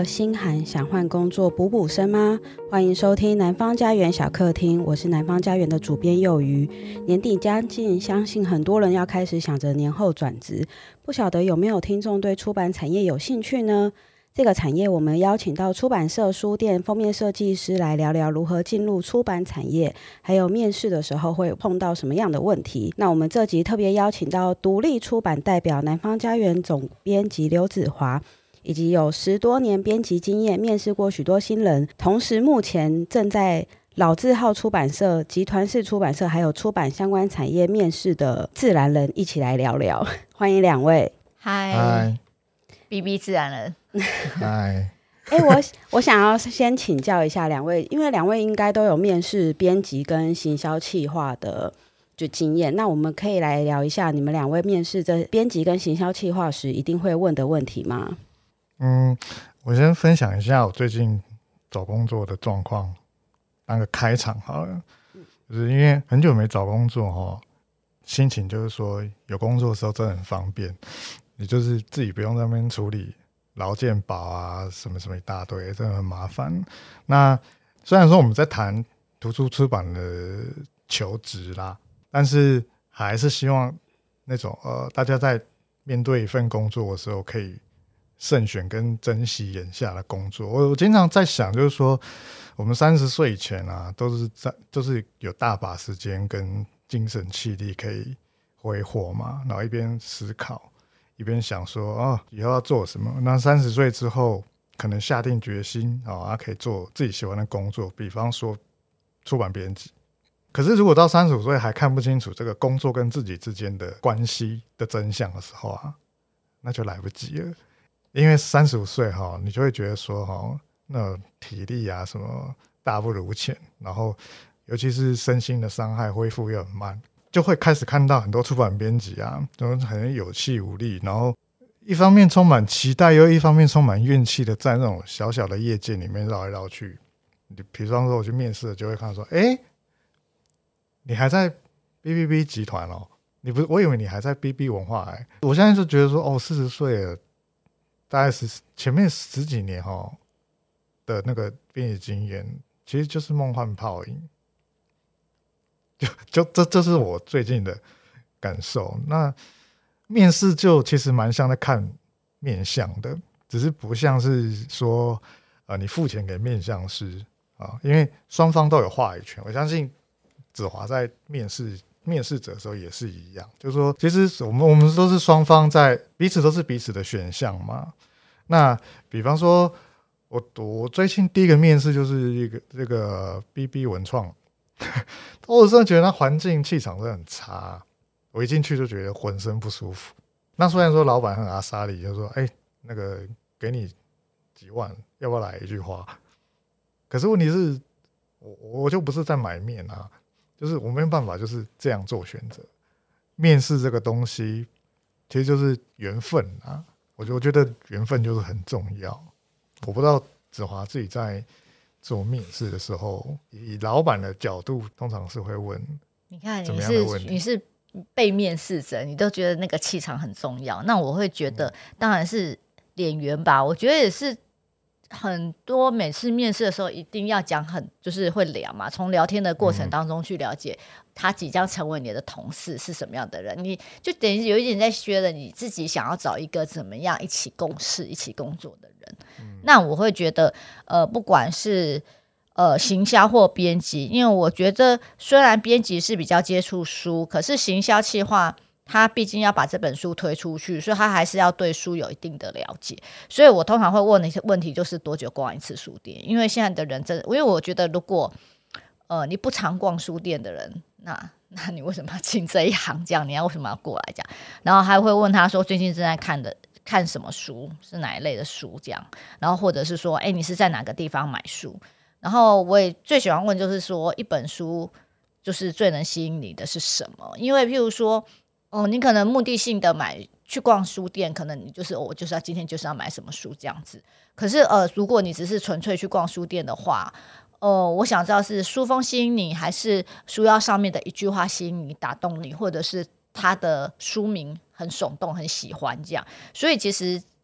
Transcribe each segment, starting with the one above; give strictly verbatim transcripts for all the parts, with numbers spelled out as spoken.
心寒想换工作补补身吗？欢迎收听南方家园小客厅，我是南方家园的主编幼瑜。年底将近，相信很多人要开始想着年后转职，不晓得有没有听众对出版产业有兴趣呢？这个产业我们邀请到出版社、书店、封面设计师来聊聊如何进入出版产业，还有面试的时候会碰到什么样的问题。那我们这集特别邀请到独立出版代表南方家园总编辑刘子华，以及有十多年编辑经验，面试过许多新人，同时目前正在老字号出版社、集团式出版社还有出版相关产业面试的自然人，一起来聊聊。欢迎两位。 嗨 B B 自然人。 嗨欸、我我想要先请教一下两位，因为两位应该都有面试编辑跟行销企划的就经验，那我们可以来聊一下你们两位面试这编辑跟行销企划时一定会问的问题吗？ 嗯，我先分享一下我最近找工作的状况，当个开场好了。就是因为很久没找工作齁，心情就是说有工作的时候真的很方便，你就是自己不用在那边处理劳健保啊什么什么一大堆，真的很麻烦。那虽然说我们在谈图书出版的求职啦，但是还是希望那种呃大家在面对一份工作的时候可以慎选跟珍惜眼下的工作。 我, 我经常在想，就是说我们三十岁以前啊都是在都是有大把时间跟精神气力可以挥霍嘛，然后一边思考一边想说哦以后要做什么。那三十岁之后可能下定决心哦，啊可以做自己喜欢的工作，比方说出版编辑。可是如果到三十五岁还看不清楚这个工作跟自己之间的关系的真相的时候啊，那就来不及了。因为三十五岁哈，你就会觉得说哈，那体力啊什么大不如前，然后尤其是身心的伤害恢复又很慢，就会开始看到很多出版编辑啊，都很有气无力，然后一方面充满期待，又一方面充满怨气的在那种小小的业界里面绕来绕去。比方说我去面试，就会看到说，哎，你还在 B B B 集团哦？你不是，我以为你还在 B B 文化哎。我现在就觉得说，哦，四十岁了。大概是前面十几年齁的那个编辑经验，其实就是梦幻泡影。就就这这是我最近的感受。那面试就其实蛮像在看面相的，只是不像是说呃你付钱给面相师啊，因为双方都有话语权。我相信子华在面试面试者的时候也是一样，就是说其实我们我们都是双方在彼此都是彼此的选项嘛。那比方说我我最近第一个面试就是一个这个 B B 文创我真的觉得那环境气场真的很差，我一进去就觉得浑身不舒服。那虽然说老板很阿莎里，就说哎、欸，那个给你几万要不要来一句话，可是问题是我我就不是在买面啊，就是我没有办法就是这样做选择。面试这个东西其实就是缘分啊，我觉得缘分就是很重要。我不知道子华自己在做面试的时候，以老板的角度通常是会问你看怎么样的问题。 你是你是被面试者，你都觉得那个气场很重要，那我会觉得当然是脸圆吧。我觉得也是很多每次面试的时候一定要讲很就是会聊嘛，从聊天的过程当中去了解他即将成为你的同事是什么样的人，你就等于有一点在学了你自己想要找一个怎么样一起共事一起工作的人、嗯、那我会觉得呃，不管是呃行销或编辑，因为我觉得虽然编辑是比较接触书，可是行销企划他毕竟要把这本书推出去，所以他还是要对书有一定的了解。所以我通常会问的一些问题就是多久逛一次书店，因为现在的人真的，因为我觉得如果呃你不常逛书店的人，那那你为什么要进这一行？这样你要为什么要过来这样？然后还会问他说最近正在看的看什么书，是哪一类的书这样，然后或者是说哎你是在哪个地方买书。然后我也最喜欢问就是说一本书就是最能吸引你的是什么，因为譬如说哦，你可能目的性的买去逛书店，可能你就是、哦、我就是要今天就是要买什么书这样子。可是呃，如果你只是纯粹去逛书店的话，呃，我想知道是书封吸引你，还是书腰上面的一句话吸引你、打动你，或者是它的书名很耸动、很喜欢这样。所以其实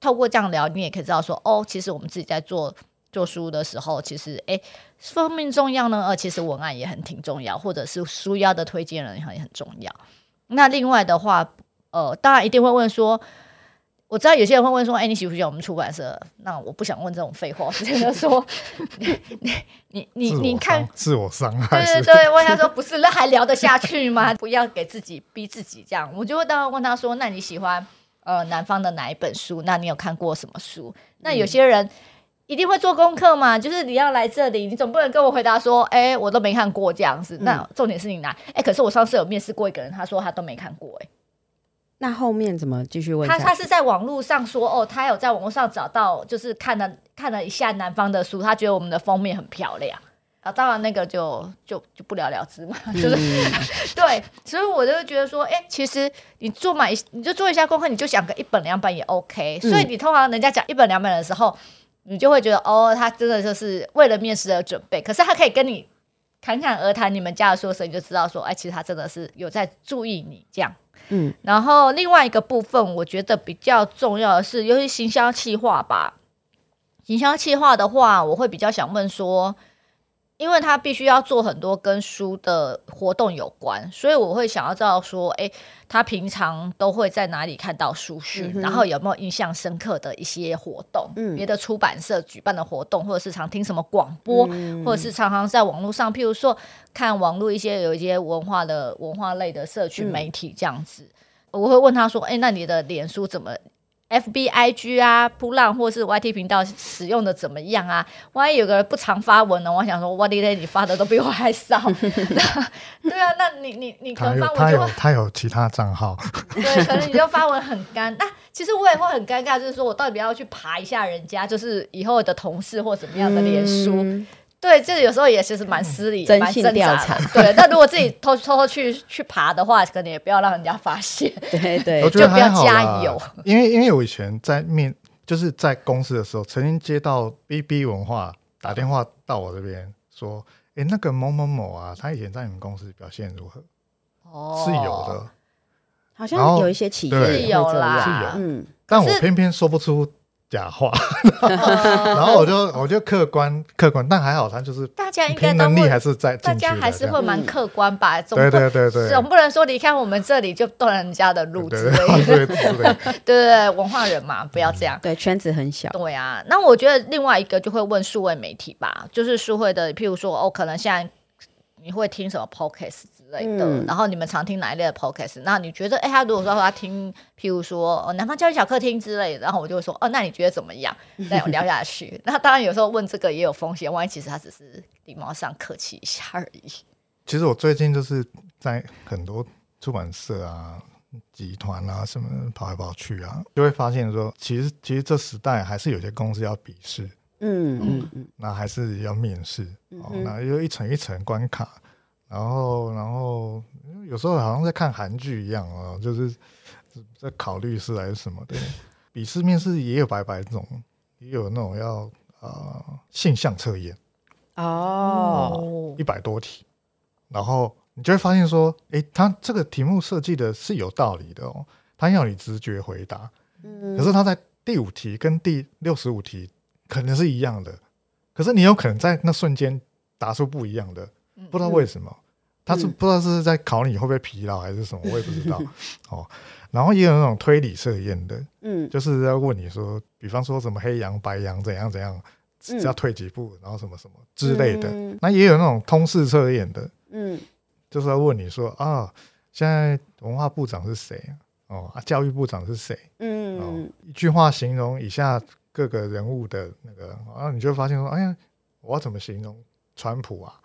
透过这样聊，你也可以知道说，哦，其实我们自己在做做书的时候，其实哎，封面重要呢，呃，其实文案也很挺重要，或者是书腰的推荐人也很很重要。那另外的话，呃，当然一定会问说，我知道有些人会问说，哎，你喜不喜欢我们出版社？那我不想问这种废话，我直接说，你你你你看， 自我伤害， 对对对，问他说不是，那还聊得下去吗？不要给自己逼自己这样。我就会当然问他说，那你喜欢呃南方的哪一本书？那你有看过什么书？那有些人一定会做功课嘛，就是你要来这里，你总不能跟我回答说，哎，我都没看过这样子。那重点是你拿，哎，可是我上次有面试过一个人，他说他都没看过，哎。 那后面怎么继续问下去？ 他他是在网络上说，哦，他有在网络上找到，就是看了看了一下南方的书，他觉得我们的封面很漂亮啊。当然那个就就就不了了之嘛，就是、嗯、对，所以我就会觉得说，哎、欸，其实你做买你就做一下功课，你就想个一本两本也 OK。所以你通常人家讲一本两本的时候，你就会觉得哦，他真的就是为了面试而准备。可是他可以跟你侃侃而谈你们家的书的时候，你就知道说，哎、欸，其实他真的是有在注意你这样。嗯，然后另外一个部分，我觉得比较重要的是，尤其行销企划吧。行销企划的话，我会比较想问说，因为他必须要做很多跟书的活动有关，所以我会想要知道说，哎，他平常都会在哪里看到书讯、嗯、然后有没有印象深刻的一些活动、嗯、别的出版社举办的活动，或者是常听什么广播、嗯、或者是常常在网络上譬如说看网络一些有一些文化的文化类的社群媒体这样子、嗯、我会问他说，哎，那你的脸书怎么F B I G 啊噗浪或是 Y T 频道使用的怎么样啊？万一有个人不常发文呢，我想说哇哩嘞，你发的都比我还少对啊，那你你你可能发文就会他有, 他, 有他有其他账号对，可能你就发文很干那其实我也会很尴尬，就是说我到底要去爬一下人家就是以后的同事或怎么样的脸书、嗯对，这有时候也其实蛮失礼、 真性调查。 对，那如果自己偷偷偷去去爬的话，可能也不要让人家发现。 对对， 我觉得就不要加油。 因为因为我以前在面就是在公司的时候，曾经接到 B B 文化打电话到我这边说，哎，那个某某某啊，他以前在你们公司表现如何？哦，是有的， 好像有一些企业是有啦， 是有，嗯，但我偏偏说不出假话然后我就我就客观客观，但还好他就是大家应该都能力还是在大家还是会蛮客观吧、嗯、总对对对对， 总不能说离开我们这里就断人家的路之类的，对对 对, 对, 对, 对文化人嘛，不要这样、嗯、 对，圈子很小。 对啊，那我觉得另外一个就会问数位媒体吧，就是数位的譬如说哦，可能现在你会听什么 podcast 之类的、嗯、然后你们常听哪一类的 podcast， 那你觉得哎，他如果说他听譬如说、哦、南方教育小客厅之类的，然后我就会说哦，那你觉得怎么样，那我聊下去那当然有时候问这个也有风险，万一其实他只是礼貌上客气一下而已。 其实我最近就是在很多出版社啊集团啊什么跑来跑去啊，就会发现说其实其实这时代还是有些公司要笔试，嗯嗯嗯，那还是要面试、嗯哦、那就一层一层关卡，然后然后有时候好像在看韩剧一样、哦、就是在考律师还是什么的笔试面试也有百百种，也有那种要呃性向测验哦，一百多题，然后你就会发现说诶，他这个题目设计的是有道理的哦，他要你直觉回答、嗯、可是他在第五题跟第六十五题可能是一样的，可是你有可能在那瞬间答出不一样的，不知道为什么、嗯、他是不知道是在考你会不会疲劳还是什么，我也不知道哦。然后也有那种推理测验的，嗯，就是要问你说比方说什么黑羊白羊怎样怎样，只要退几步然后什么什么之类的、嗯、那也有那种通识测验的，嗯，就是要问你说啊，现在文化部长是谁哦、啊，教育部长是谁，嗯、哦，一句话形容以下各个人物的那个，然后你就会发现说，哎呀，我要怎么形容川普啊？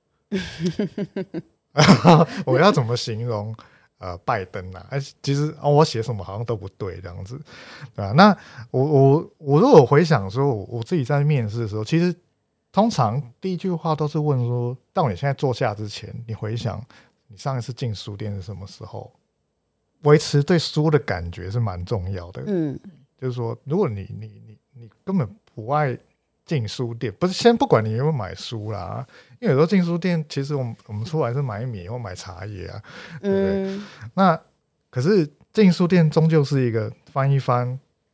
我要怎么形容呃拜登啊？哎，其实、哦、我写什么好像都不对，这样子，对吧、啊？那我我我如果回想说我，我自己在面试的时候，其实通常第一句话都是问说，到你现在坐下之前，你回想你上一次进书店是什么时候？维持对书的感觉是蛮重要的，嗯。就是说如果你你你你根本不爱进书店，不是先不管你有没有买书啦，因为有时候进书店其实我们我们出来是买米或买茶叶啊，对不对、嗯、那可是进书店终究是一个翻一翻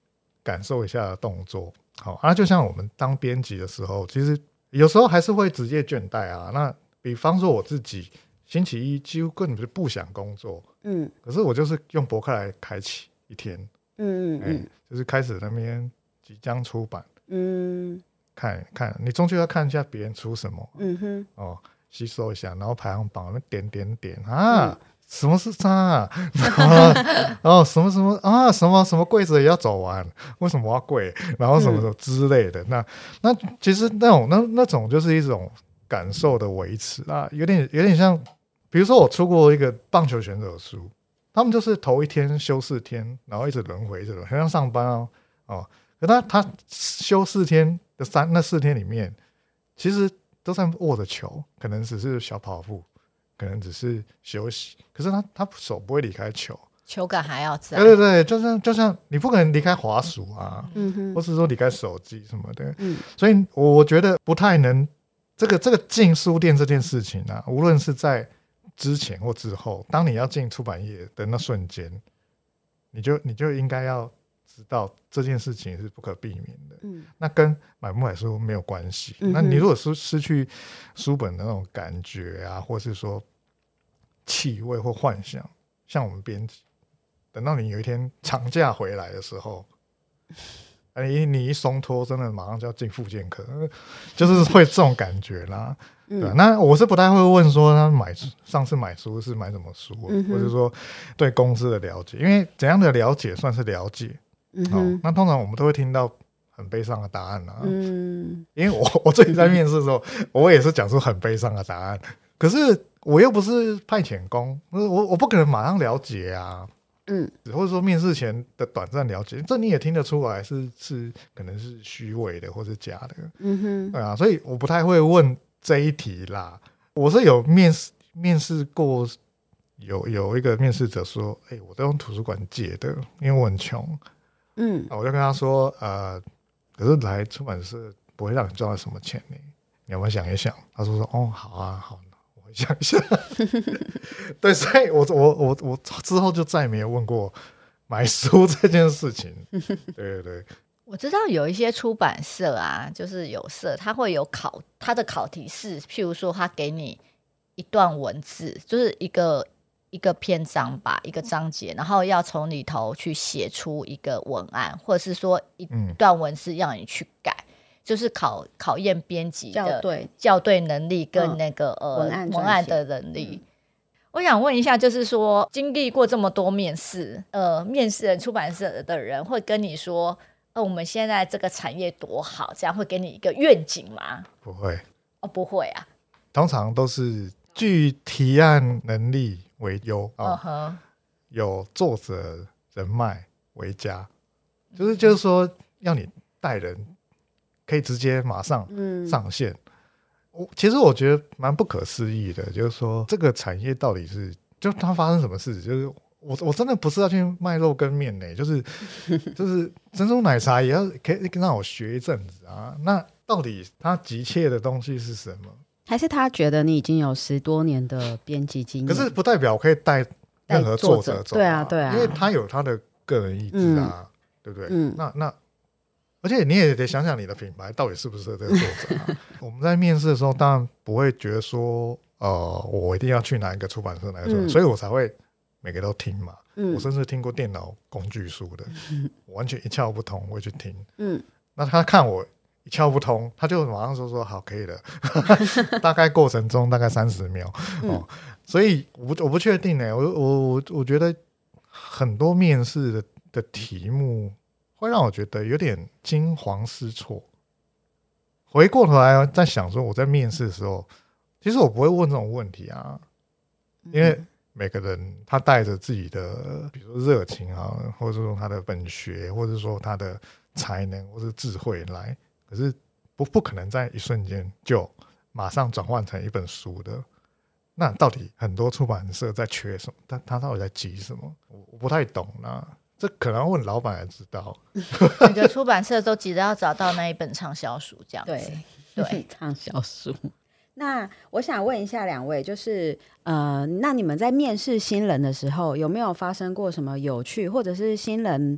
感受一下动作。好啊，就像我们当编辑的时候，其实有时候还是会职业倦怠啊。那比方说我自己星期一几乎根本就不想工作，嗯，可是我就是用博客来开启一天，嗯嗯嗯、欸，就是开始那边即将出版，嗯，看看你终究要看一下别人出什么，嗯哼，哦，吸收一下，然后排行榜那点点点啊。嗯，什么是差啊？然后什么什么啊？什么什么柜子也要走完？为什么我要跪？然后什么什么之类的。嗯、那那其实那种那那种就是一种感受的维持啊，有点有点像，比如说我出过一个棒球选手的书，他们就是头一天休四天，然后一直轮回，一直轮回，很像上班哦哦。可他他休四天的三那四天里面，其实都在握着球，可能只是小跑步。可能只是休息，可是他他手不会离开球， 球感还要在。 对对对，就像就像你不可能离开滑鼠啊，嗯、或是说离开手机什么的，嗯、所以我觉得不太能这个这个进书店这件事情啊，无论是在之前或之后，当你要进出版业的那瞬间，你就你就应该要知道这件事情是不可避免的。嗯、那跟买不买书没有关系。嗯、那你如果失失去书本的那种感觉啊，或是说气味或幻想，像我们编辑，等到你有一天长假回来的时候，你你一松脱，真的马上就要进复健科，就是会这种感觉啦。嗯、对吧？那我是不太会问说他买上次买书是买什么书，嗯、或者说对公司的了解，因为怎样的了解算是了解？嗯哦、那通常我们都会听到很悲伤的答案啊。嗯，因为我我自己在面试的时候，我也是讲出很悲伤的答案，可是我又不是派遣工，我我不可能马上了解啊。嗯，或者说面试前的短暂了解，这你也听得出来是是可能是虚伪的或是假的。嗯哼，对啊，所以我不太会问这一题啦。我是有面试面试过，有有一个面试者说：“哎、欸，我都用图书馆借的，因为我很穷。”嗯，我就跟他说：“呃，可是来出版社不会让你赚到什么钱呢，你要不要想一想？”他说：“说哦，好啊，好。”想一下对，所以我我我我之后就再也没有问过买书这件事情。对对对， 我知道有一些出版社啊，就是有社，他会有考，他的考题是，譬如说他给你一段文字，就是一个一个篇章吧，一个章节，然后要从里头去写出一个文案，或者是说一段文字让你去改。嗯，就是考考验编辑的校对校对能力跟那个、嗯、呃文案文案的能力。嗯、我想问一下，就是说经历过这么多面试，呃，面试人出版社的人会跟你说，呃，我们现在这个产业多好，这样会给你一个愿景吗？ 不会， 哦，不会啊， 通常都是具提案能力为优，哦嗯、有作者人脉为佳，就是就是说要你带人。可以直接马上上线。嗯、我其实我觉得蛮不可思议的，就是说这个产业到底是就它发生什么事？就是我我真的不是要去卖肉跟面呢，就是就是珍珠奶茶也要可以让我学一阵子啊。那到底它急切的东西是什么？ 还是他觉得你已经有十多年的编辑经验？ 可是不代表我可以带任何作者走、啊， 对啊对啊， 因为他有他的个人意志啊，嗯、对不对？嗯，那那。而且你也得想想你的品牌到底适不适合这个作者啊。我们在面试的时候，当然不会觉得说，呃，我一定要去哪一个出版社，哪个出版社、嗯、所以我才会每个都听嘛。嗯、我甚至听过电脑工具书的，嗯、我完全一窍不通，我会去听。嗯，那他看我一窍不通，他就马上说说好，可以了。大概过程中大概三十秒、嗯哦、所以我不我不确定呢、欸。我我我我觉得很多面试 的, 的题目。会让我觉得有点惊慌失措。回过头来在想说，我在面试的时候，其实我不会问这种问题啊，因为每个人他带着自己的，比如说热情啊，或者说他的本学，或者说他的才能或者智慧来，可是不不可能在一瞬间就马上转换成一本书的。那到底很多出版社在缺什么？他他到底在急什么？我我不太懂啊。这可能问老板才知道。 每个出版社都急着要找到那一本畅销书，这样子。 对对，畅销书。那我想问一下两位，就是呃，那你们在面试新人的时候，有没有发生过什么有趣，或者是新人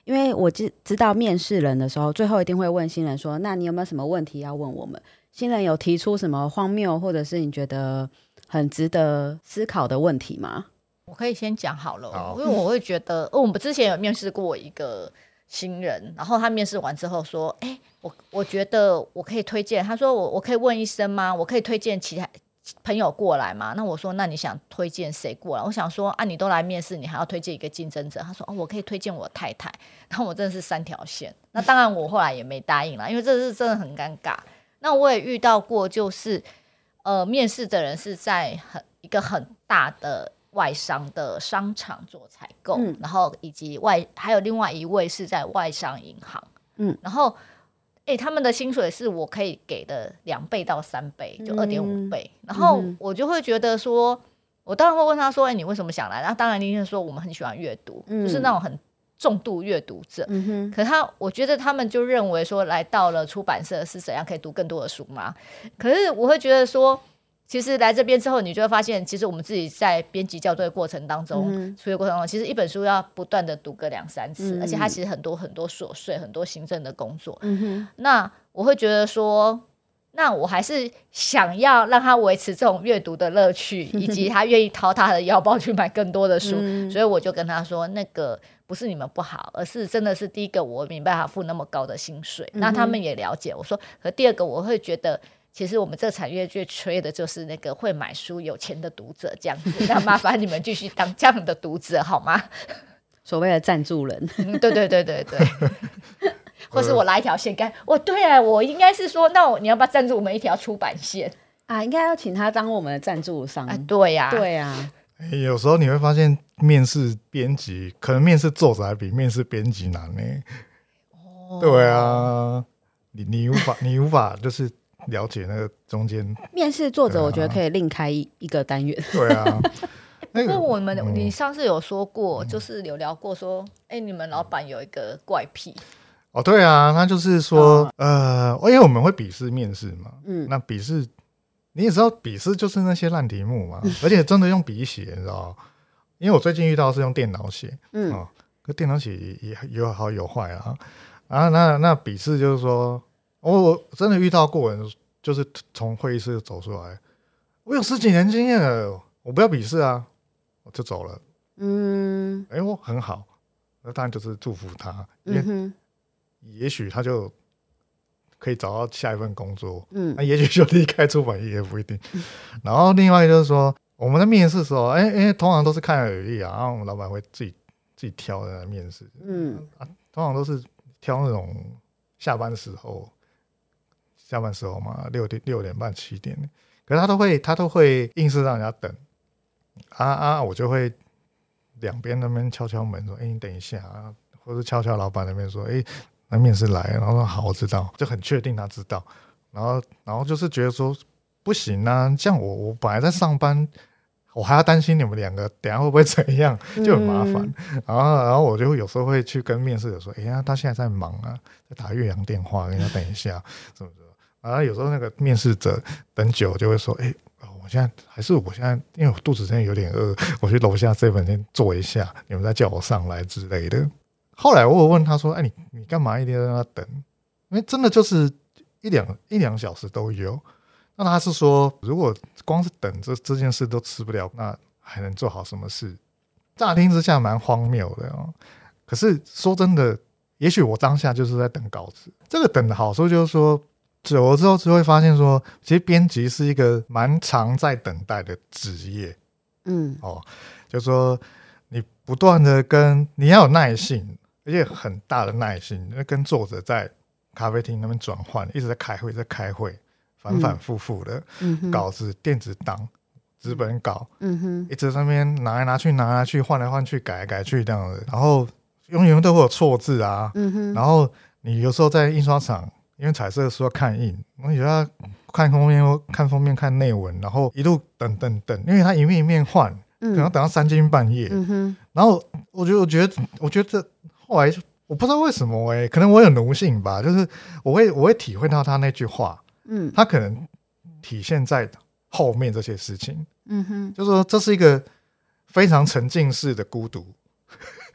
因为我知知道面试人的时候，最后一定会问新人说，那你有没有什么问题要问我们？新人有提出什么荒谬或者是你觉得很值得思考的问题吗？ 我可以先讲好了， 好， 因为我会觉得、哦、我们之前有面试过一个新人，然后他面试完之后说，哎，我我觉得我可以推荐，他说我我可以问一声吗？我可以推荐其他朋友过来吗？那我说那你想推荐谁过来？我想说啊，你都来面试，你还要推荐一个竞争者？他说哦，我可以推荐我太太。然后我真的是三条线，那当然我后来也没答应啦，因为这是真的很尴尬。那我也遇到过，就是呃，面试的人是在很一个很大的外商的商场做采购，嗯、然后以及外还有另外一位是在外商银行，嗯，然后哎，他们的薪水是我可以给的两倍到三倍，就二点五倍，嗯、然后我就会觉得说，我当然会问他说，哎，你为什么想来？然后当然一定是说我们很喜欢阅读，嗯、就是那种很重度阅读者，嗯哼，可是他我觉得他们就认为说来到了出版社是怎样可以读更多的书吗？可是我会觉得说，其实来这边之后你就会发现，其实我们自己在编辑校对的过程当中、嗯、处理过程当中，其实一本书要不断的读个两三次、嗯、而且它其实很多很多琐碎很多行政的工作、嗯、哼，那我会觉得说，那我还是想要让他维持这种阅读的乐趣，以及他愿意掏他的腰包去买更多的书、嗯、所以我就跟他说，那个不是你们不好，而是真的是第一个我明白他付那么高的薪水、嗯、那他们也了解我说，可第二个我会觉得其实我们这产业最缺的就是那个会买书有钱的读者这样子，那麻烦你们继续当这样的读者好吗？ 所谓的赞助人、 嗯、对对对对对或是我拉一条线干，我对啊，我应该是说，那我你要不要赞助我们一条出版线啊？应该要请他当我们的赞助商啊。 对呀、啊， 对呀、啊欸。有时候你会发现，面试编辑可能面试作者还比面试编辑难呢、欸。哦，对啊，你你无法你无法就是了解那个中间。 面试作者，我觉得可以另开一个单元。 对啊。 不过我们、嗯、你上次有说过，就是有聊过说，哎、欸，你们老板有一个怪癖。 哦，对啊，他就是说，呃，因为我们会笔试面试嘛，嗯，那笔试你也知道，笔试就是那些烂题目嘛，而且真的用笔写，你知道？因为我最近遇到是用电脑写，嗯，哦，可电脑写也有好有坏啊。然后那那笔试就是说，我我真的遇到过人，就是从会议室走出来，我有十几年经验了，我不要笔试啊，我就走了。嗯，哎，我很好，那当然就是祝福他，因为、嗯。也许他就可以找到下一份工作，嗯，那也许就离开出版业也不一定。嗯、然后另外就是说，我们在面试的时候，哎哎，通常都是看履历啊，然后我们老板会自己自己挑的面试，嗯啊，通常都是挑那种下班时候，下班时候嘛，六点六点半七点，可是他都会他都会硬是让人家等，啊啊，我就会两边那边敲敲门说，哎，你等一下啊，或者敲敲老板那边说，哎。那面试来，然后说好，我知道，就很确定他知道，然后，然后就是觉得说不行啊，这样我我本来在上班，我还要担心你们两个等一下会不会怎样，就很麻烦。嗯、然后，然后我就有时候会去跟面试者说，哎呀，他现在在忙啊，在打越洋电话，跟他等一下，怎么怎么。然后有时候那个面试者等久就会说，哎，我现在还是我现在，因为我肚子真的有点饿，我去楼下这本先坐一下，你们再叫我上来之类的。后来我有问他说：“哎，你你干嘛一定要让他等？因为真的就是一两一两小时都有。那他是说，如果光是等这这件事都吃不了，那还能做好什么事？乍听之下蛮荒谬的哦。可是说真的，也许我当下就是在等稿子。这个等的好处就是说，久了之后就会发现说，其实编辑是一个蛮常在等待的职业。嗯，哦，就是说你不断的跟你要有耐性。”而且很大的耐心，跟作者在咖啡厅那边转换，一直在开会，在开会，反反复复的、嗯、稿子、电子档、纸本稿，嗯哼，一直在那边拿来拿去、拿来去、换来换去、改来改去这样的，然后永远都会有错字啊，嗯哼，然后你有时候在印刷厂，因为彩色书要看印，你就要看封面、看封面、看内文，然后一路等等等，因为它一面一面换，可能等到三更半夜，嗯哼，然后我觉得，我觉得，我觉得。后来我不知道为什么哎、欸，可能我有奴性吧，就是我会我会体会到他那句话，嗯，他可能体现在后面这些事情，嗯哼，就是说这是一个非常沉浸式的孤独，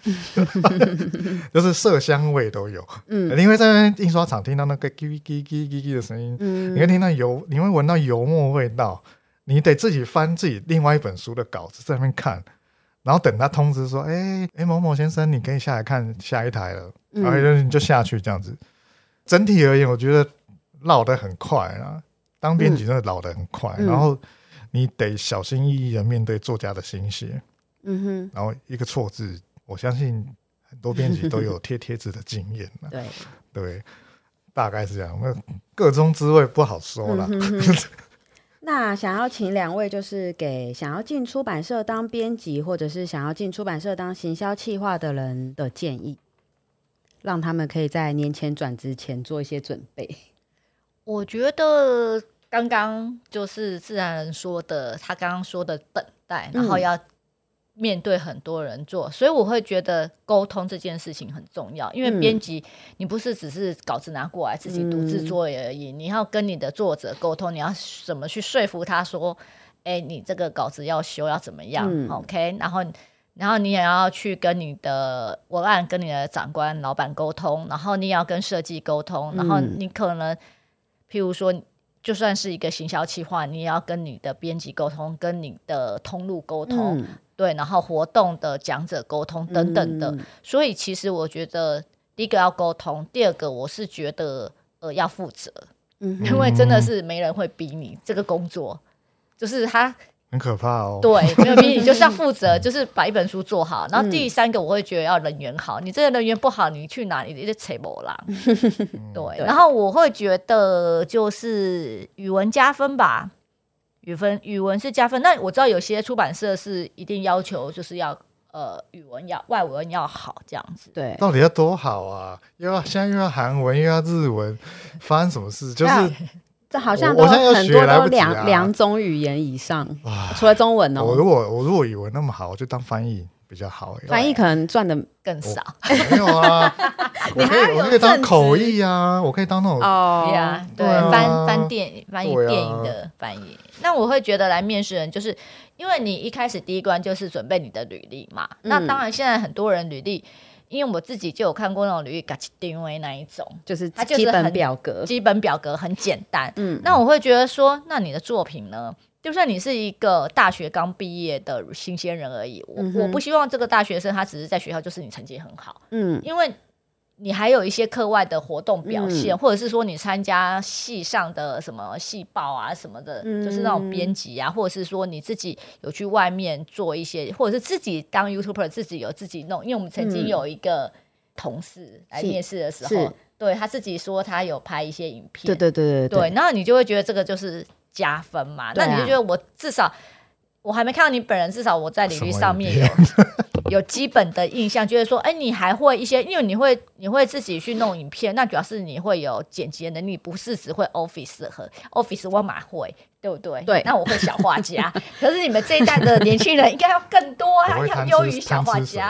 就是色香味都有。嗯，你会在那边印刷厂听到那个叽叽叽叽叽的声音，嗯，你会听到油，你会闻到油墨味道，你得自己翻自己另外一本书的稿子在那边看，然后等他通知说，哎、欸、哎、欸、某某先生，你可以下来看下一台了，然后你就下去这样子。整体而言，我觉得绕得很快啊，当编辑真的绕得很快，嗯、然后你得小心翼翼的面对作家的心血。嗯哼，然后一个错字，我相信很多编辑都有贴贴纸的经验了。对对，大概是这样。那个中滋味不好说啦。嗯、 那想要请两位，就是给想要进出版社当编辑，或者是想要进出版社当行销企划的人的建议，让他们可以在年前转职前做一些准备。 我觉得刚刚就是自然人说的，他刚刚说的等待，然后要面对很多人做，所以我会觉得沟通这件事情很重要。因为编辑、嗯、你不是只是稿子拿过来自己独自做而已、嗯、你要跟你的作者沟通，你要怎么去说服他说，哎，你这个稿子要修要怎么样、嗯、OK， 然后然后你也要去跟你的文案跟你的长官老板沟通，然后你也要跟设计沟通，然后你可能譬如说就算是一个行销企划，你也要跟你的编辑沟通，跟你的通路沟通、嗯、对，然后活动的讲者沟通等等的、嗯、所以其实我觉得第一个要沟通，第二个我是觉得呃要负责、嗯、因为真的是没人会逼你，这个工作就是他很可怕哦。 对，没有逼你就是要负责，就是把一本书做好。然后第三个我会觉得要人缘好，你这个人缘不好，你去哪里你就扯不啦。对，然后我会觉得就是语文加分吧，语分语文是加分。那我知道有些出版社是一定要求就是要呃语文要外文要好这样子。 对， 到底要多好啊？又要现在又要韩文又要日文，发生什么事？就是。 这好像都很多都两两种语言以上，除了中文哦。 我如果我如果语文那么好，我就当翻译比较好。 翻译可能赚的更少。 没有啊，你还有我可以当口译啊，我可以当那种哦，对啊，对，翻翻电翻译电影的翻译。那我会觉得来面试人，就是因为你一开始第一关就是准备你的履历嘛。那当然，现在很多人履历。因为我自己就有看过那种履历嘎起定位那一种， 就是基本表格， 基本表格很简单。嗯，那我会觉得说，那你的作品呢？就算你是一个大学刚毕业的新鲜人而已，我、嗯、我不希望这个大学生他只是在学校就是你成绩很好，嗯，因为你还有一些课外的活动表现、嗯、或者是说你参加系上的什么系报啊什么的、嗯、就是那种编辑啊，或者是说你自己有去外面做一些，或者是自己当 YouTuber 自己有自己弄。因为我们曾经有一个同事来面试的时候、嗯、对，他自己说他有拍一些影片， 对对对 对, 对, 对，然后你就会觉得这个就是加分嘛、啊、那你就觉得我至少我还没看到你本人，至少我在履历上面有有基本的印象，觉得说，哎，你还会一些，因为你会你会自己去弄影片，那主要是你会有剪辑的能力，不是只会 Office 和 Office 我马会，对不对？ 对， 那我会小画家，可是你们这一代的年轻人应该要更多啊，要优于小画家。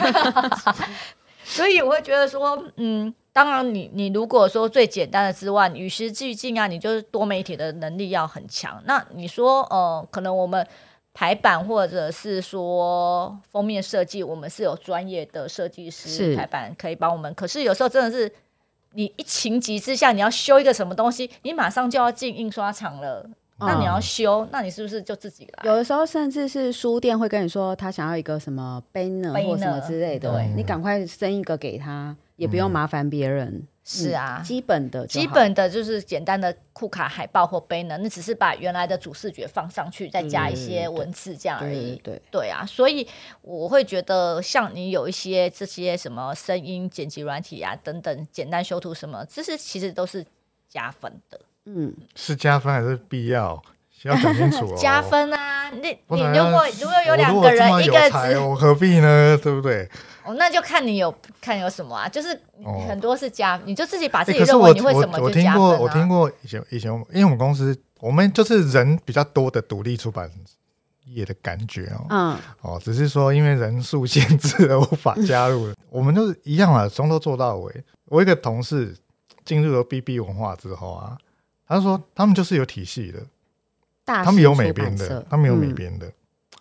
所以我会觉得说，嗯，当然你你如果说最简单的之外，与时俱进啊，你就是多媒体的能力要很强。那你说，呃，可能我们排版或者是说封面设计，我们是有专业的设计师排版可以帮我们，可是有时候真的是你一情急之下你要修一个什么东西，你马上就要进印刷厂了，那你要修、嗯、那你是不是就自己来？ 有的时候甚至是书店会跟你说他想要一个什么 banner 或什么之类的，对，你赶快生一个给他，也不用麻烦别人、嗯、 是啊、 嗯，基本的基本的就是简单的库卡海报或 banner， 你只是把原来的主视觉放上去，再加一些文字这样而已。对 对, 对, 对啊，所以我会觉得像你有一些这些什么声音剪辑软体啊等等，简单修图什么，这是其实都是加分的。嗯， 是加分还是必要？要讲清楚哦。 加分啊！你你如果如果有两个人，一个只我何必呢？对不对？ 哦，那就看你有看有什么啊，就是很多是加，哦、你就自己把自己认为你会什么就加分、啊欸、 我, 我, 我听过，我听过以前以前，因为我们公司我们就是人比较多的独立出版业的感觉哦。嗯。哦，只是说因为人数限制而无法加入。嗯、我们就是一样啊，从头做到尾。我一个同事进入了 B B 文化之后啊，他说他们就是有体系的。他们有美编的，他们有美编的、嗯、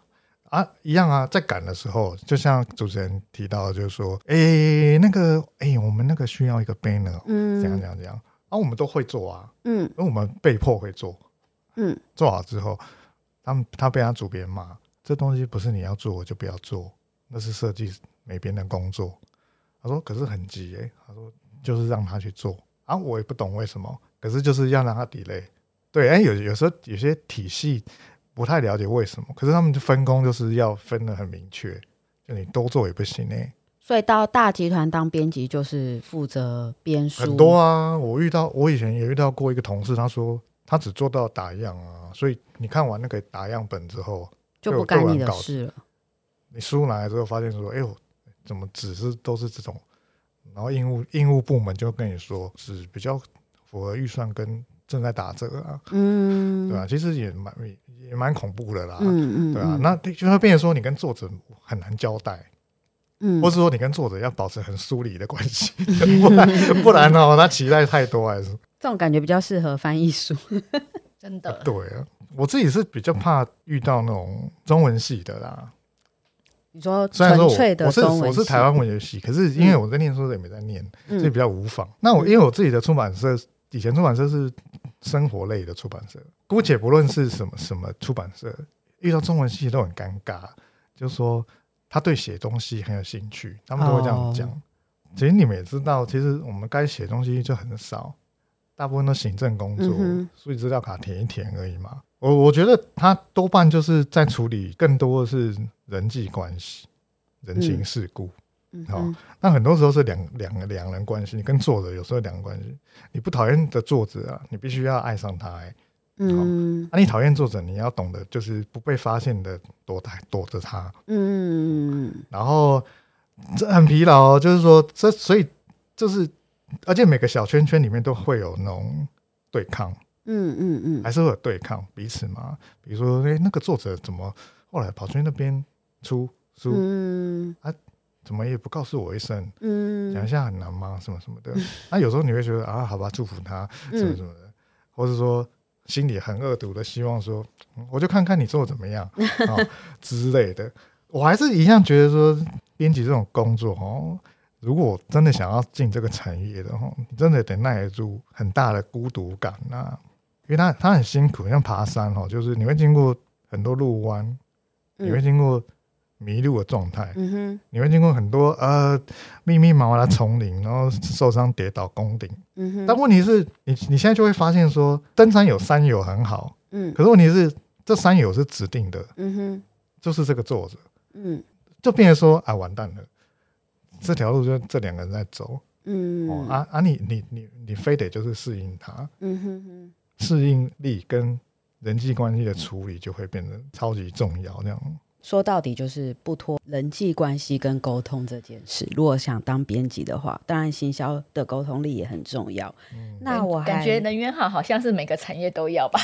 啊，一样啊，在赶的时候，就像主持人提到的，就是说，哎、欸，那个，哎、欸，我们那个需要一个 banner， 嗯，怎样怎样怎样，啊，我们都会做啊，嗯，因为我们被迫会做，嗯，做好之后，他们他被他主编骂，这东西不是你要做我就不要做，那是设计美编的工作。他说，可是很急哎、欸，他说就是让他去做啊，我也不懂为什么，可是就是要让他 delay。对，哎、欸，有有时候有些体系不太了解为什么，可是他们分工就是要分得很明确，就你都做也不行哎、欸。 所以到大集团当编辑就是负责编书。 很多啊，我遇到我以前也遇到过一个同事，他说他只做到打样啊，所以你看完那个打样本之后就不干你的事了。 你书拿来之后发现说，哎呦，怎么纸是都是这种，然后印务印务部门就跟你说纸比较符合预算跟正在打折啊，嗯，对吧、啊？其实也蛮也蛮恐怖的啦，嗯嗯，对啊，那就会变成说你跟作者很难交代，嗯，或是说你跟作者要保持很疏离的关系，不然不然哦，他期待太多还是这种感觉比较适合翻译书， 真的、 啊。对啊，我自己是比较怕遇到那种中文系的啦。 你说纯粹的中文系， 我是我是台湾文学系，可是因为我在念书的也没在念，嗯、所以比较无妨。那我因为我自己的出版社。以前出版社是生活类的出版社，姑且不论是什么什么出版社，遇到中文系都很尴尬，就是说他对写东西很有兴趣，他们都会这样讲。Oh. 其实你们也知道，其实我们该写东西就很少，大部分都行政工作，嗯、所以资料卡填一填而已嘛。我我觉得他多半就是在处理更多的是人际关系、人情世故。嗯嗯哦、那很多时候是两两两人关系，你跟作者有时候两人关系，你不讨厌的作者啊，你必须要爱上他、欸，嗯，啊，你讨厌作者，你要懂得就是不被发现的躲躲着他，嗯，然后这很疲劳、哦，就是说这所以就是，而且每个小圈圈里面都会有那种对抗，嗯嗯嗯，还是会有对抗彼此嘛，比如说，哎、欸，那个作者怎么后来跑去那边出书，嗯啊。怎么也不告诉我一声，嗯，讲一下很难吗？什么什么的。那、啊、有时候你会觉得啊，好吧，祝福他，什么什么的，嗯、或者说心里很恶毒的希望说，我就看看你做的怎么样、哦、之类的。我还是一样觉得说，编辑这种工作哦，如果真的想要进这个产业的哦，你真的得耐得住很大的孤独感啊，因为他他很辛苦，像爬山哦，就是你会经过很多路弯，你会经过。迷路的状态、嗯，你会经过很多呃密密麻麻的丛林，然后受伤跌倒攻顶、嗯。但问题是你你现在就会发现说，登山有山友很好，嗯，可是问题是这山友是指定的，嗯哼，就是这个作者，嗯，就变成说啊完蛋了，这条路就这两个人在走，嗯，哦、啊啊你你你你非得就是适应他，嗯哼哼，适应力跟人际关系的处理就会变得超级重要，这样。 说到底就是不脱人际关系跟沟通这件事，如果想当编辑的话，当然行销的沟通力也很重要、嗯、那我感觉人缘好好像是每个产业都要吧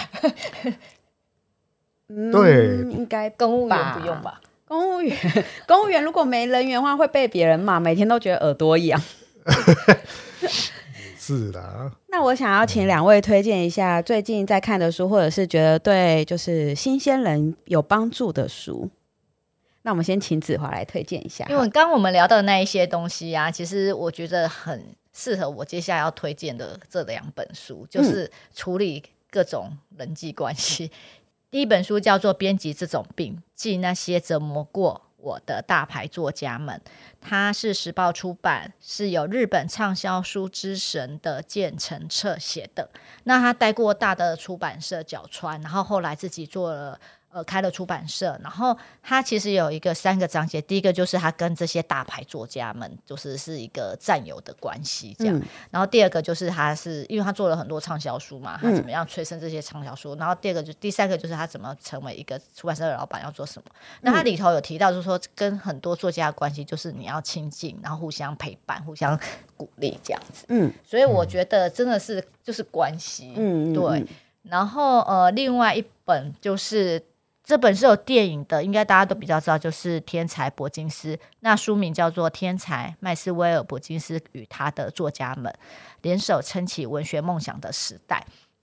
嗯、 对， 应该公务员不用吧， 公务员公务员如果没人缘的话会被别人骂，每天都觉得耳朵痒是啦。 那我想要请两位推荐一下最近在看的书，或者是觉得对就是新鲜人有帮助的书。那我们先请子华来推荐一下， 因为刚刚我们聊的那一些东西啊，其实我觉得很适合我接下来要推荐的这两本书，就是处理各种人际关系、嗯、第一本书叫做《编辑这种病：记那些折磨过我的大牌作家们》，它是时报出版，是由日本畅销书之神的建成彻写的。那他待过大的出版社角川，然后后来自己做了呃，开了出版社，然后他其实有一个三个章节，第一个就是他跟这些大牌作家们就是是一个战友的关系这样、嗯、然后第二个就是他是因为他做了很多畅销书嘛，他怎么样催生这些畅销书、嗯、然后第二个就第三个就是他怎么成为一个出版社的老板要做什么、嗯、那他里头有提到就是说跟很多作家的关系就是你要亲近，然后互相陪伴互相鼓励这样子，嗯，所以我觉得真的是就是关系，嗯，对、嗯、然后呃，另外一本就是这本是有电影的，应该大家都比较知道，就是天才伯金斯，那书名叫做《天才麦斯威尔伯金斯与他的作家们联手撑起文学梦想的时代》。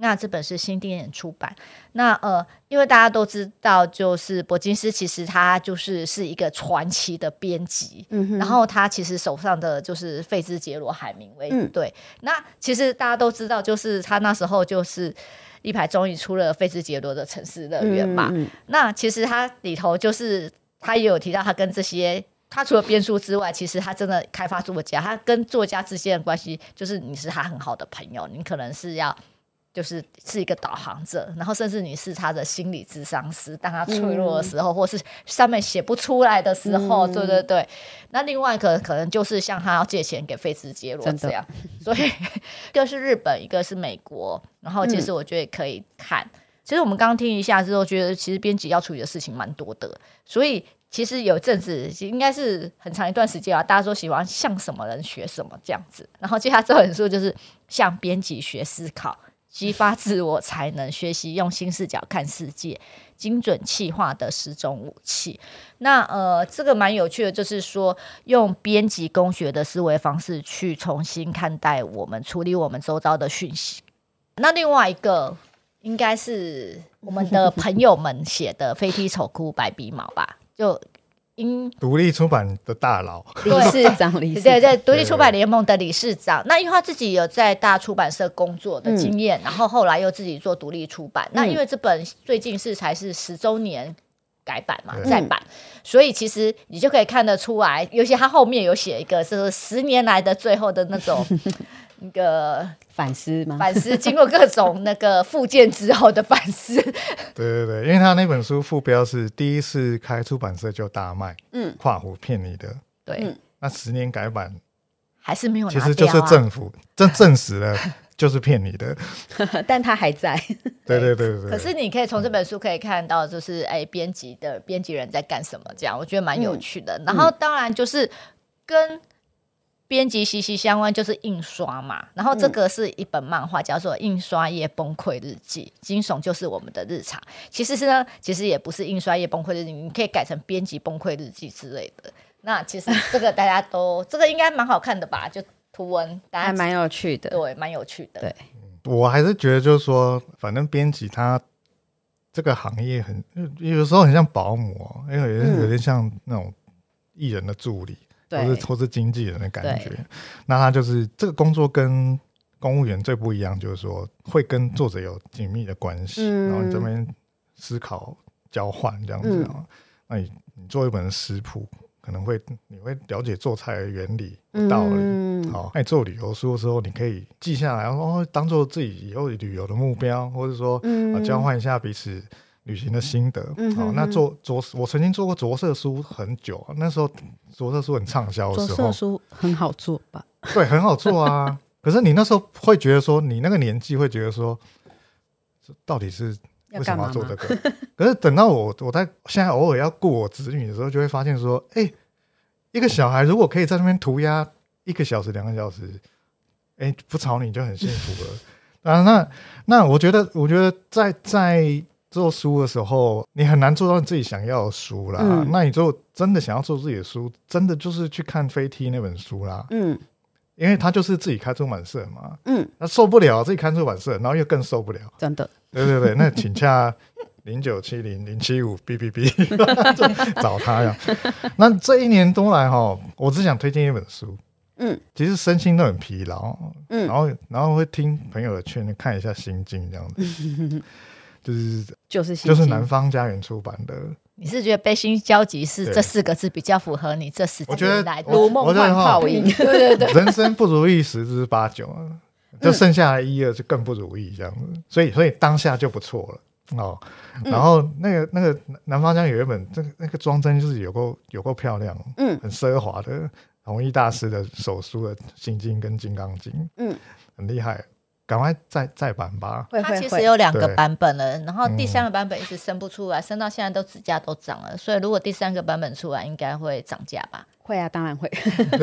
那这本是新丁点出版。那呃，因为大家都知道，就是伯金斯其实他就是是一个传奇的编辑，嗯、然后他其实手上的就是费兹杰罗海明威、嗯、对。那其实大家都知道，就是他那时候就是立牌终于出了费兹杰罗的城市乐园嘛、嗯嗯、那其实他里头就是他也有提到他跟这些他除了编书之外，其实他真的开发作家，他跟作家之间的关系就是你是他很好的朋友，你可能是要就是是一个导航者，然后甚至你是他的心理咨商师，当他脆弱的时候、嗯、或是上面写不出来的时候、嗯、对对对。那另外一个可能就是像他要借钱给费兹杰罗这样，所以一个是日本，一个是美国，然后其实我觉得也可以看、嗯、其实我们刚刚听一下之后觉得其实编辑要处理的事情蛮多的，所以其实有阵子应该是很长一段时间啊，大家都喜欢向什么人学什么这样子，然后接下来这本书就是向编辑学思考，激发自我才能，学习用新视角看世界，精准企划的十种武器。那呃，这个蛮有趣的，就是说用编辑工学的思维方式去重新看待我们处理我们周遭的讯息。那另外一个应该是我们的朋友们写的《飞踢丑哭白鼻毛》吧，就因独立出版的大佬理事长，理事长对对，独立出版联盟的理事长。那因为他自己有在大出版社工作的经验、嗯、然后后来又自己做独立出版、嗯、那因为这本最近是才是十周年改版嘛，再版、嗯、所以其实你就可以看得出来，尤其他后面有写一个就是十年来的最后的那种那个反思吗？ 反思经过各种那个复健之后的反思对对对，因为他那本书副标是第一次开出版社就大卖，嗯，跨湖骗你的， 对、嗯， 那十年改版还是没有拿掉、啊、 其实就是政府证证实了就是骗你的但他还在对对对 对, 对可是你可以从这本书可以看到就是哎，编辑的编辑人在干什么，这样我觉得蛮有趣的、嗯、然后当然就是跟编辑息息相关就是印刷嘛，然后这个是一本漫画叫做《印刷业崩溃日记》，惊悚就是我们的日常。其实是呢，其实也不是印刷业崩溃日记，你可以改成编辑崩溃日记之类的。那其实这个大家都这个应该蛮好看的吧？就图文大家还蛮有趣的， 对，蛮有趣的。 对， 我还是觉得就是说，反正编辑他这个行业很有时候很像保姆、哦，因为有点像那种艺人的助理。或是, 或是经纪人的感觉，那他就是这个工作跟公务员最不一样，就是说会跟作者有紧密的关系、嗯、然后你这边思考交换这样子、嗯、那 你, 你做一本食谱可能会你会了解做菜的原理道理、嗯、好，那你做旅游书的时候你可以记下来，然后当做自己以后旅游的目标，或者说、嗯啊、交换一下彼此旅行的心得、嗯、好，那做着我曾经做过着色书很久、啊、那时候着色书很畅销的时候， 着色书很好做吧？ 对，很好做啊可是你那时候会觉得说，你那个年纪会觉得说到底是为什么要做这个？可是等到我我在现在偶尔要顾我子女的时候，就会发现说，哎、欸，一个小孩如果可以在那边涂鸦一个小时两个小时，哎、欸，不吵你就很幸福了啊。那那我觉得我觉得在在做书的时候你很难做到自己想要的书啦、嗯、那你就真的想要做自己的书，真的就是去看飞踢那本书啦，嗯，因为他就是自己开出版社嘛，嗯，他受不了自己开出版社，然后又更受不了， 真的， 对对对那请洽零九七零零七五 B B B 找他呀。那这一年多来我只想推荐一本书，嗯，其实身心都很疲劳，嗯，然后然后会听朋友的劝，看一下心经这样子就是就是就是南方家园出版的。 你是觉得悲心交集是这四个字比较符合你这十几年来的如梦幻泡影？ 对对对， 人生不如意十之八九，就剩下的一二就更不如意这样子，所以所以当下就不错了哦。然后那个那个南方家园有一本，这个那个装帧就是有够有够漂亮，嗯，很奢华的弘一大师的手书的心经跟金刚经，嗯，很厉害。赶快再再版吧。 它其实有两个版本了，然后第三个版本一直生不出来，生到现在都指价都涨了，所以如果第三个版本出来应该会涨价吧？ 会啊，当然会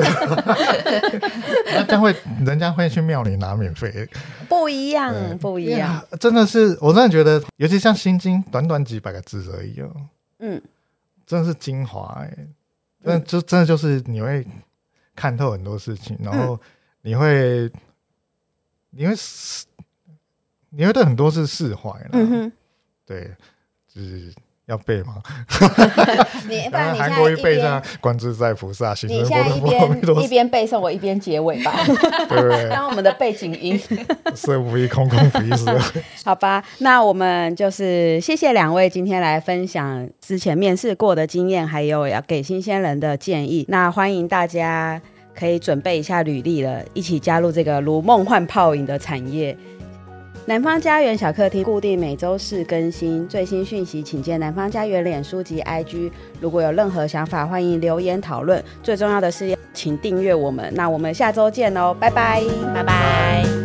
那这样会人家会去庙里拿免费， 不一样不一样， 真的是我真的觉得尤其像心经短短几百个字而已哦，嗯，真的是精华耶，真的就真的就是你会看透很多事情，然后你会、嗯、你会你会对很多事释怀了。 嗯哼， 对，就是要背嘛。 你不然你韩国现在一边一背上观自在菩萨行你深现在一般若波罗蜜多边一边背诵，我一边结尾吧， 对不对？ 当我们的背景音。 色不异空，空不异色。 好吧，那我们就是谢谢两位今天来分享之前面试过的经验，还有要给新鲜人的建议。那欢迎大家可以准备一下履历了，一起加入这个如梦幻泡影的产业。南方家园小客厅固定每周四更新，最新讯息请见南方家园脸书及 I G。如果有任何想法，欢迎留言讨论。最重要的是，请订阅我们。那我们下周见哦，拜拜， 拜拜。